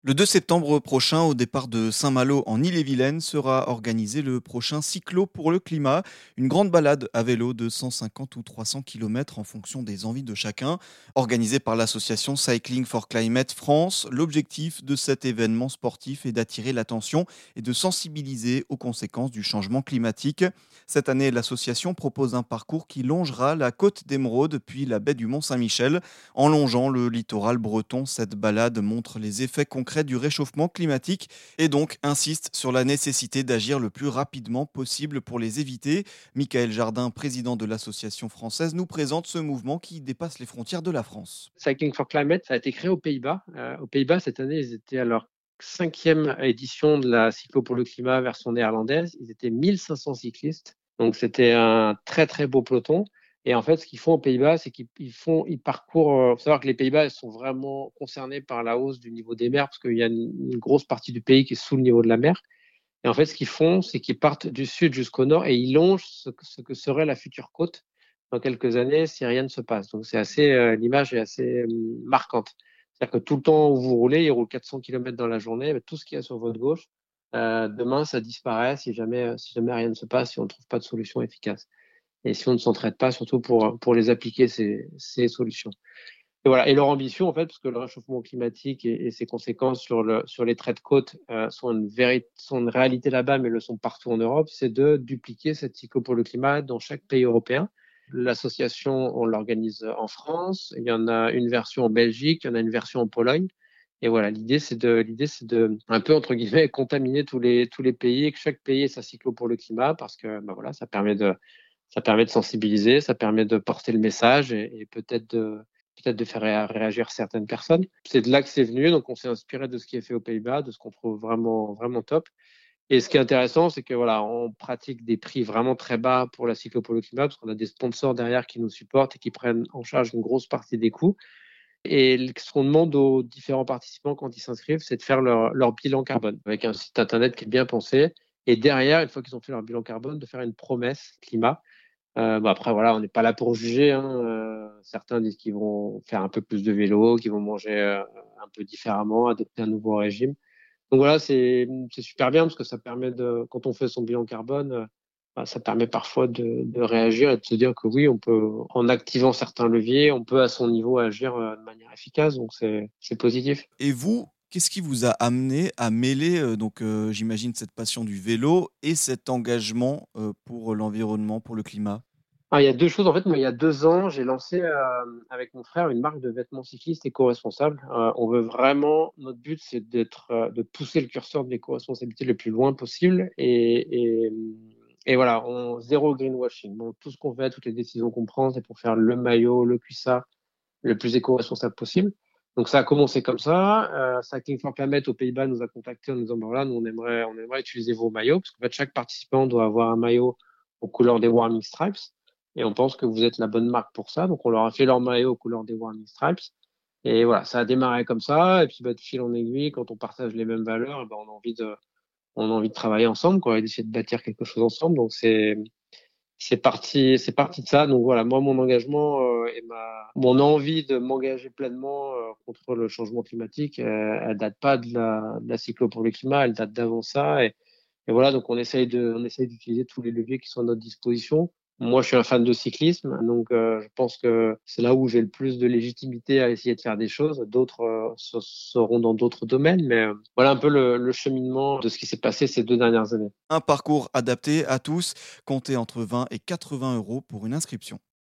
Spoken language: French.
Le 2 septembre prochain, au départ de Saint-Malo en Ille-et-Vilaine, sera organisé le prochain Cyclo pour le climat, une grande balade à vélo de 150 ou 300 km en fonction des envies de chacun. Organisée par l'association Cycling for Climate France, l'objectif de cet événement sportif est d'attirer l'attention et de sensibiliser aux conséquences du changement climatique. Cette année, l'association propose un parcours qui longera la côte d'Émeraude puis la baie du Mont-Saint-Michel. En longeant le littoral breton, cette balade montre les effets concrets du réchauffement climatique et donc insiste sur la nécessité d'agir le plus rapidement possible pour les éviter. Michael Jardin, président de l'association française, nous présente ce mouvement qui dépasse les frontières de la France. Cycling for Climate, ça a été créé aux Pays-Bas. Aux Pays-Bas, cette année, ils étaient à leur cinquième édition de la Cyclo pour le climat version néerlandaise. Ils étaient 1500 cyclistes. Donc, c'était un très, très beau peloton. Et en fait, ce qu'ils font aux Pays-Bas, c'est ils parcourent. Il faut savoir que les Pays-Bas sont vraiment concernés par la hausse du niveau des mers parce qu'il y a une grosse partie du pays qui est sous le niveau de la mer. Et en fait, ce qu'ils font, c'est qu'ils partent du sud jusqu'au nord et ils longent ce que serait la future côte dans quelques années si rien ne se passe. Donc c'est assez, l'image est assez marquante. C'est-à-dire que tout le temps où vous roulez, il roule 400 km dans la journée, mais tout ce qu'il y a sur votre gauche, demain ça disparaît si jamais rien ne se passe, si on ne trouve pas de solution efficace. Et si on ne s'entraide pas, surtout pour les appliquer, ces solutions. Et voilà. Et leur ambition, en fait, parce que le réchauffement climatique et ses conséquences sur les traits de côte sont une réalité là-bas, mais le sont partout en Europe, c'est de dupliquer cette cyclo pour le climat dans chaque pays européen. L'association, on l'organise en France. Il y en a une version en Belgique, il y en a une version en Pologne. Et voilà, l'idée, c'est de, un peu, entre guillemets, contaminer tous les pays et que chaque pays ait sa cyclo pour le climat parce que, ben voilà, ça permet de sensibiliser, ça permet de porter le message et peut-être de faire réagir certaines personnes. C'est de là que c'est venu, donc on s'est inspiré de ce qui est fait aux Pays-Bas, de ce qu'on trouve vraiment, vraiment top. Et ce qui est intéressant, c'est que voilà, on pratique des prix vraiment très bas pour la cyclo-polo climat, parce qu'on a des sponsors derrière qui nous supportent et qui prennent en charge une grosse partie des coûts. Et ce qu'on demande aux différents participants quand ils s'inscrivent, c'est de faire leur bilan carbone avec un site internet qui est bien pensé. Et derrière, une fois qu'ils ont fait leur bilan carbone, de faire une promesse climat. Bon après, voilà, on n'est pas là pour juger, hein. Certains disent qu'ils vont faire un peu plus de vélo, qu'ils vont manger un peu différemment, adopter un nouveau régime. Donc voilà, c'est super bien parce que ça permet quand on fait son bilan carbone, bah, ça permet parfois de réagir et de se dire que oui, on peut, en activant certains leviers, on peut à son niveau agir de manière efficace. Donc c'est positif. Et vous, qu'est-ce qui vous a amené à mêler, j'imagine cette passion du vélo et cet engagement, pour l'environnement, pour le climat? Ah, il y a deux choses. En fait, moi, il y a 2 ans, j'ai lancé avec mon frère une marque de vêtements cyclistes éco-responsables. On veut vraiment, notre but, c'est de pousser le curseur de l'éco-responsabilité le plus loin possible. Et voilà, zéro greenwashing. Donc, tout ce qu'on fait, toutes les décisions qu'on prend, c'est pour faire le maillot, le cuissard le plus éco-responsable possible. Donc, ça a commencé comme ça. Cycling for Climate aux Pays-Bas nous a contactés en nous disant, ben voilà, nous, on aimerait utiliser vos maillots, parce qu'en fait, chaque participant doit avoir un maillot aux couleurs des Warming Stripes. Et on pense que vous êtes la bonne marque pour ça. Donc, on leur a fait leur maillot aux couleurs des Warming Stripes. Et voilà, ça a démarré comme ça. Et puis, bah, de fil en aiguille, quand on partage les mêmes valeurs, eh ben, on a envie de travailler ensemble, quoi, et d'essayer de bâtir quelque chose ensemble. Donc, c'est parti de ça. Donc voilà, moi, mon engagement et mon envie de m'engager pleinement contre le changement climatique, elle date pas de la cyclo pour le climat, elle date d'avant ça. Et voilà, donc on essaye d'utiliser tous les leviers qui sont à notre disposition. Moi, je suis un fan de cyclisme, donc je pense que c'est là où j'ai le plus de légitimité à essayer de faire des choses. D'autres seront dans d'autres domaines, mais voilà un peu le cheminement de ce qui s'est passé ces 2 dernières années. Un parcours adapté à tous, comptez entre 20 et 80 € pour une inscription.